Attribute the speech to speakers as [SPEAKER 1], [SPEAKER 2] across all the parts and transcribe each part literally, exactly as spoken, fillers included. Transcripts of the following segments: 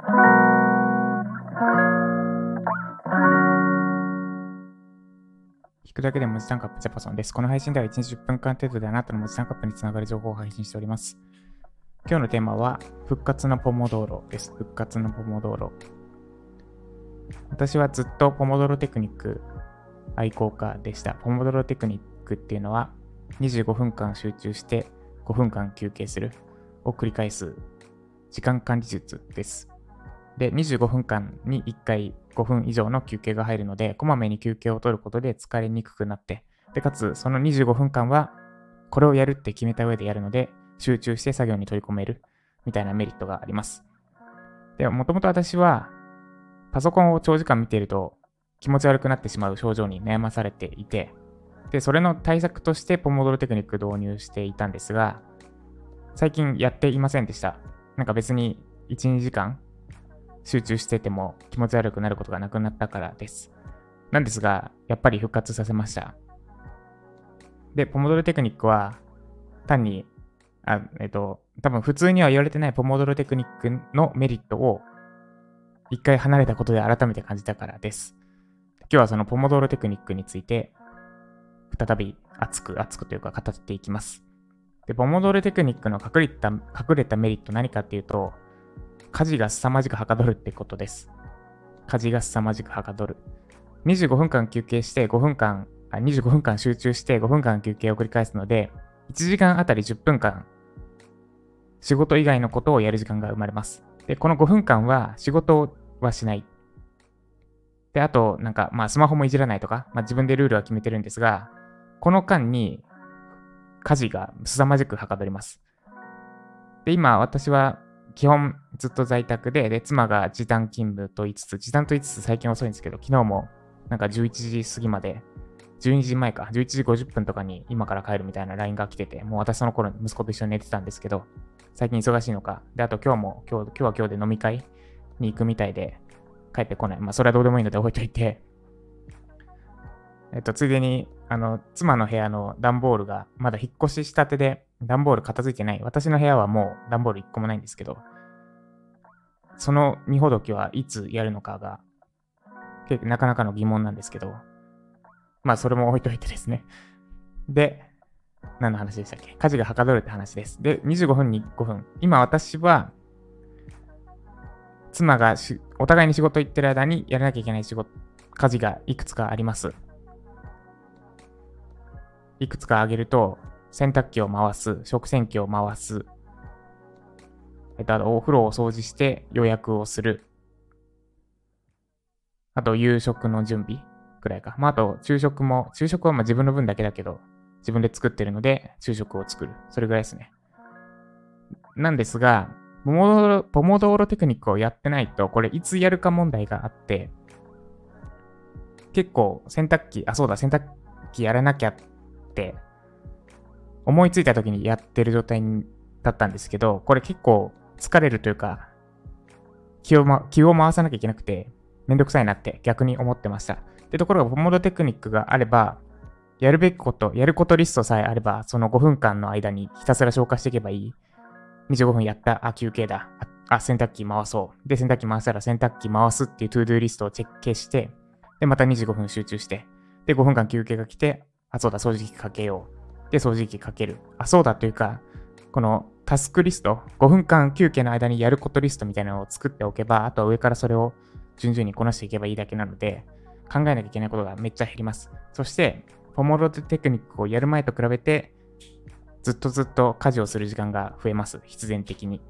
[SPEAKER 1] 聞くだけで文字タンクアップジャパソンです。この配信ではいちにちじゅっぷんかん程度であなたの文字タンクアップにつながる情報を配信しております。今日のテーマは復活のポモドーロです。復活のポモドーロ。私はずっとポモドーロテクニック愛好家でした。ポモドーロテクニックっていうのはにじゅうごふんかん集中してごふんかん休憩するを繰り返す時間管理術です。で、にじゅうごふんかんにいっかいごふん以上の休憩が入るので、こまめに休憩を取ることで疲れにくくなって、で、かつそのにじゅうごふんかんはこれをやるって決めた上でやるので、集中して作業に取り込めるみたいなメリットがあります。で、もともと私はパソコンを長時間見ていると気持ち悪くなってしまう症状に悩まされていて、で、それの対策としてポモドーロテクニック導入していたんですが、最近やっていませんでした。なんか別にいち、にじかん集中してても気持ち悪くなることがなくなったからです。なんですが、やっぱり復活させました。で、ポモドーロテクニックは単に、あえっと、多分普通には言われてないポモドーロテクニックのメリットを一回離れたことで改めて感じたからです。今日はそのポモドーロテクニックについて再び熱く熱くというか語っていきます。で、ポモドーロテクニックの隠れた、隠れたメリット何かっていうと、家事が凄まじくはかどるってことです。家事が凄まじくはかどる。にじゅうごふんかん休憩してごふんかん、あ、にじゅうごふんかん集中してごふんかん休憩を繰り返すので、いちじかんあたりじゅっぷんかん仕事以外のことをやる時間が生まれます。で、このごふんかんは仕事はしない。で、あと、なんか、まあ、スマホもいじらないとか、まあ、自分でルールは決めてるんですが、この間に家事が凄まじくはかどります。で、今、私は基本ずっと在宅で、で、妻が時短勤務と言いつつ、時短と言いつつ最近遅いんですけど、昨日もなんかじゅういちじ過ぎまで、じゅうにじまえか、じゅういちじごじゅっぷんとかに今から帰るみたいな ライン が来てて、もう私その頃息子と一緒に寝てたんですけど、最近忙しいのか。で、あと今日も、今日、今日は今日で飲み会に行くみたいで、帰ってこない。まあ、それはどうでもいいので置いといて、えっと、ついでに、あの、妻の部屋の段ボールがまだ引っ越ししたてで、段ボール片付いてない。私の部屋はもう段ボールいっこもないんですけど、その荷ほどきはいつやるのかが、結構なかなかの疑問なんですけど、まあそれも置いといてですね。で、何の話でしたっけ？家事がはかどるって話です。で、にじゅうごふんにごふん。今私は、妻がしお互いに仕事行ってる間にやらなきゃいけない仕事、家事がいくつかあります。いくつか挙げると、洗濯機を回す、食洗機を回す、えっと、あとお風呂を掃除して予約をする。あと夕食の準備くらいか。まあ、あと昼食も、昼食はまあ自分の分だけだけど、自分で作ってるので、昼食を作る。それぐらいですね。なんですが、ポモドーロ、ポモドーロテクニックをやってないと、これいつやるか問題があって、結構洗濯機、あ、そうだ、洗濯機やらなきゃって思いついた時にやってる状態だったんですけど、これ結構疲れるというか、気を、ま、気を回さなきゃいけなくて、めんどくさいなって逆に思ってました。で、ところがポモドテクニックがあれば、やるべきこと、やることリストさえあれば、そのごふんかんの間にひたすら消化していけばいい。にじゅうごふんやった、あ、休憩だ。あ、洗濯機回そう。で、洗濯機回したら洗濯機回すっていうトゥードゥーリストをチェックして、で、またにじゅうごふん集中して、で、ごふんかん休憩が来て、あ、そうだ、掃除機かけよう。で、掃除機かける。あ、そうだというか、このタスクリスト、ごふんかん休憩の間にやることリストみたいなのを作っておけば、あとは上からそれを順々にこなしていけばいいだけなので、考えなきゃいけないことがめっちゃ減ります。そして、ポモドーロテクニックをやる前と比べて、ずっとずっと家事をする時間が増えます。必然的に。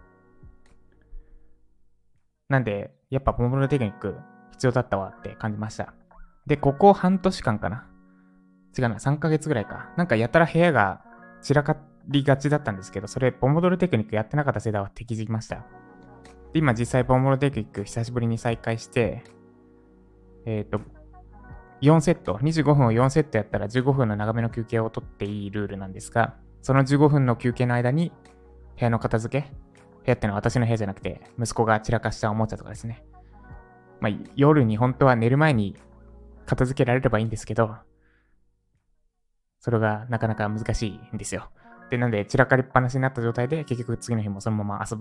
[SPEAKER 1] なんで、やっぱポモドーロテクニック必要だったわって感じました。で、ここ半年間かな。違うな、さんかげつぐらいか。なんかやたら部屋が散らかりがちだったんですけど、それポモドーロテクニックやってなかったせいだわって気づきました。で、今実際ポモドーロテクニック久しぶりに再開して、えっと、よんセット、にじゅうごふんをよんセットやったらじゅうごふんの長めの休憩を取っていいルールなんですが、そのじゅうごふんの休憩の間に部屋の片付け、部屋ってのは私の部屋じゃなくて息子が散らかしたおもちゃとかですね。まあ、夜に本当は寝る前に片付けられればいいんですけど、それがなかなか難しいんですよ。で、なんで散らかりっぱなしになった状態で結局次の日もそのまま遊ぶ。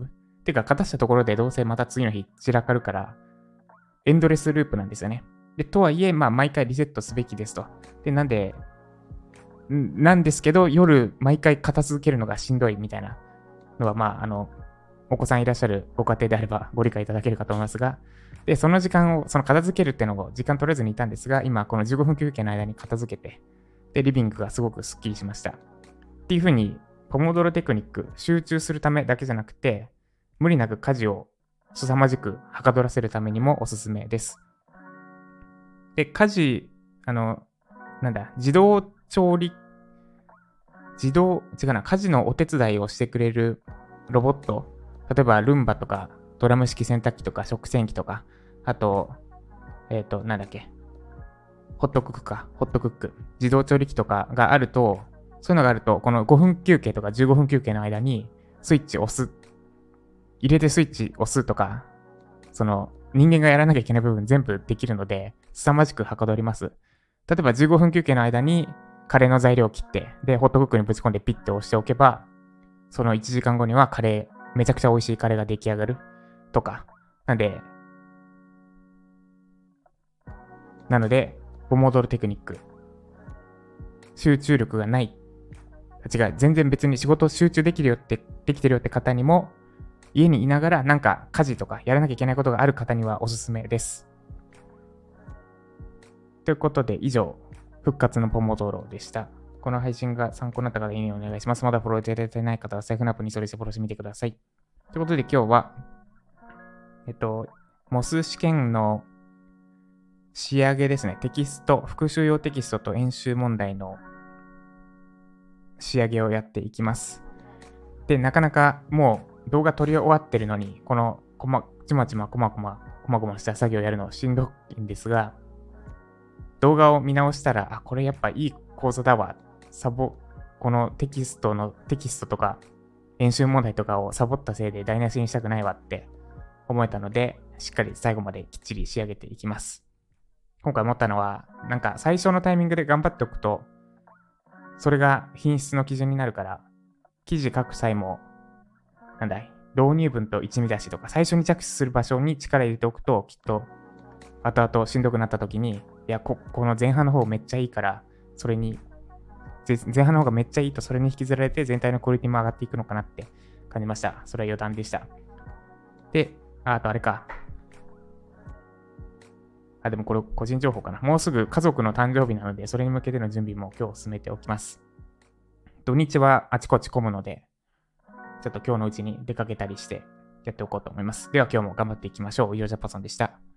[SPEAKER 1] てか、片したところでどうせまた次の日散らかるから、エンドレスループなんですよね。で、とはいえ、まあ、毎回リセットすべきですと。で、なんで、んなんですけど、夜、毎回片付けるのがしんどいみたいなのは、まあ、あの、お子さんいらっしゃるご家庭であればご理解いただけるかと思いますが、で、その時間を、その片付けるっていうのを時間取れずにいたんですが、今、このじゅうごふん休憩の間に片付けて、で、リビングがすごくスッキリしました。っていう風に、ポモドロテクニック、集中するためだけじゃなくて、無理なく家事を凄まじくはかどらせるためにもおすすめです。で、家事、あの、なんだ、自動調理、自動、違うな、家事のお手伝いをしてくれるロボット、例えばルンバとか、ドラム式洗濯機とか、食洗機とか、あと、えっと、なんだっけ、ホットクックか、ホットクック、自動調理器とかがあると、そういうのがあると、このごふん休憩とかじゅうごふん休憩の間にスイッチ押す、入れてスイッチ押すとか、その人間がやらなきゃいけない部分全部できるので、凄まじくはかどります。例えばじゅうごふん休憩の間にカレーの材料を切って、で、ホットクックにぶち込んでピッて押しておけば、そのいちじかんごにはカレー、めちゃくちゃ美味しいカレーが出来上がるとか。なんで、なので、ポモドロテクニック。集中力がない。違う、全然別に仕事集中できるよって、できてるよって方にも、家にいながらなんか家事とかやらなきゃいけないことがある方にはおすすめです。ということで、以上、復活のポモドロでした。この配信が参考になった方、いいねお願いします。まだフォローいただいてない方は、財布のアプリにそれしてフォローしてみてください。ということで、今日は、えっと、モス試験の仕上げですね。テキスト、復習用テキストと演習問題の仕上げをやっていきます。で、なかなかもう動画撮り終わってるのに、このこまちまちまこまこまこまこました作業をやるのしんどいんですが、動画を見直したら、あ、これやっぱいい講座だわ。サボ、このテキストのテキストとか演習問題とかをサボったせいで台無しにしたくないわって思えたので、しっかり最後まできっちり仕上げていきます。今回思ったのは、なんか最初のタイミングで頑張っておくと、それが品質の基準になるから、記事書く際も、なんだい、導入文と一味出しとか、最初に着手する場所に力入れておくと、きっと、後々しんどくなった時に、いや、こ、この前半の方めっちゃいいから、それに、前半の方がめっちゃいいと、それに引きずられて、全体のクオリティも上がっていくのかなって感じました。それは余談でした。で、あ、あとあれか。あ、でもこれ個人情報かな。もうすぐ家族の誕生日なので、それに向けての準備も今日進めておきます。土日はあちこち混むので、ちょっと今日のうちに出かけたりしてやっておこうと思います。では今日も頑張っていきましょう。医療ジャパソンでした。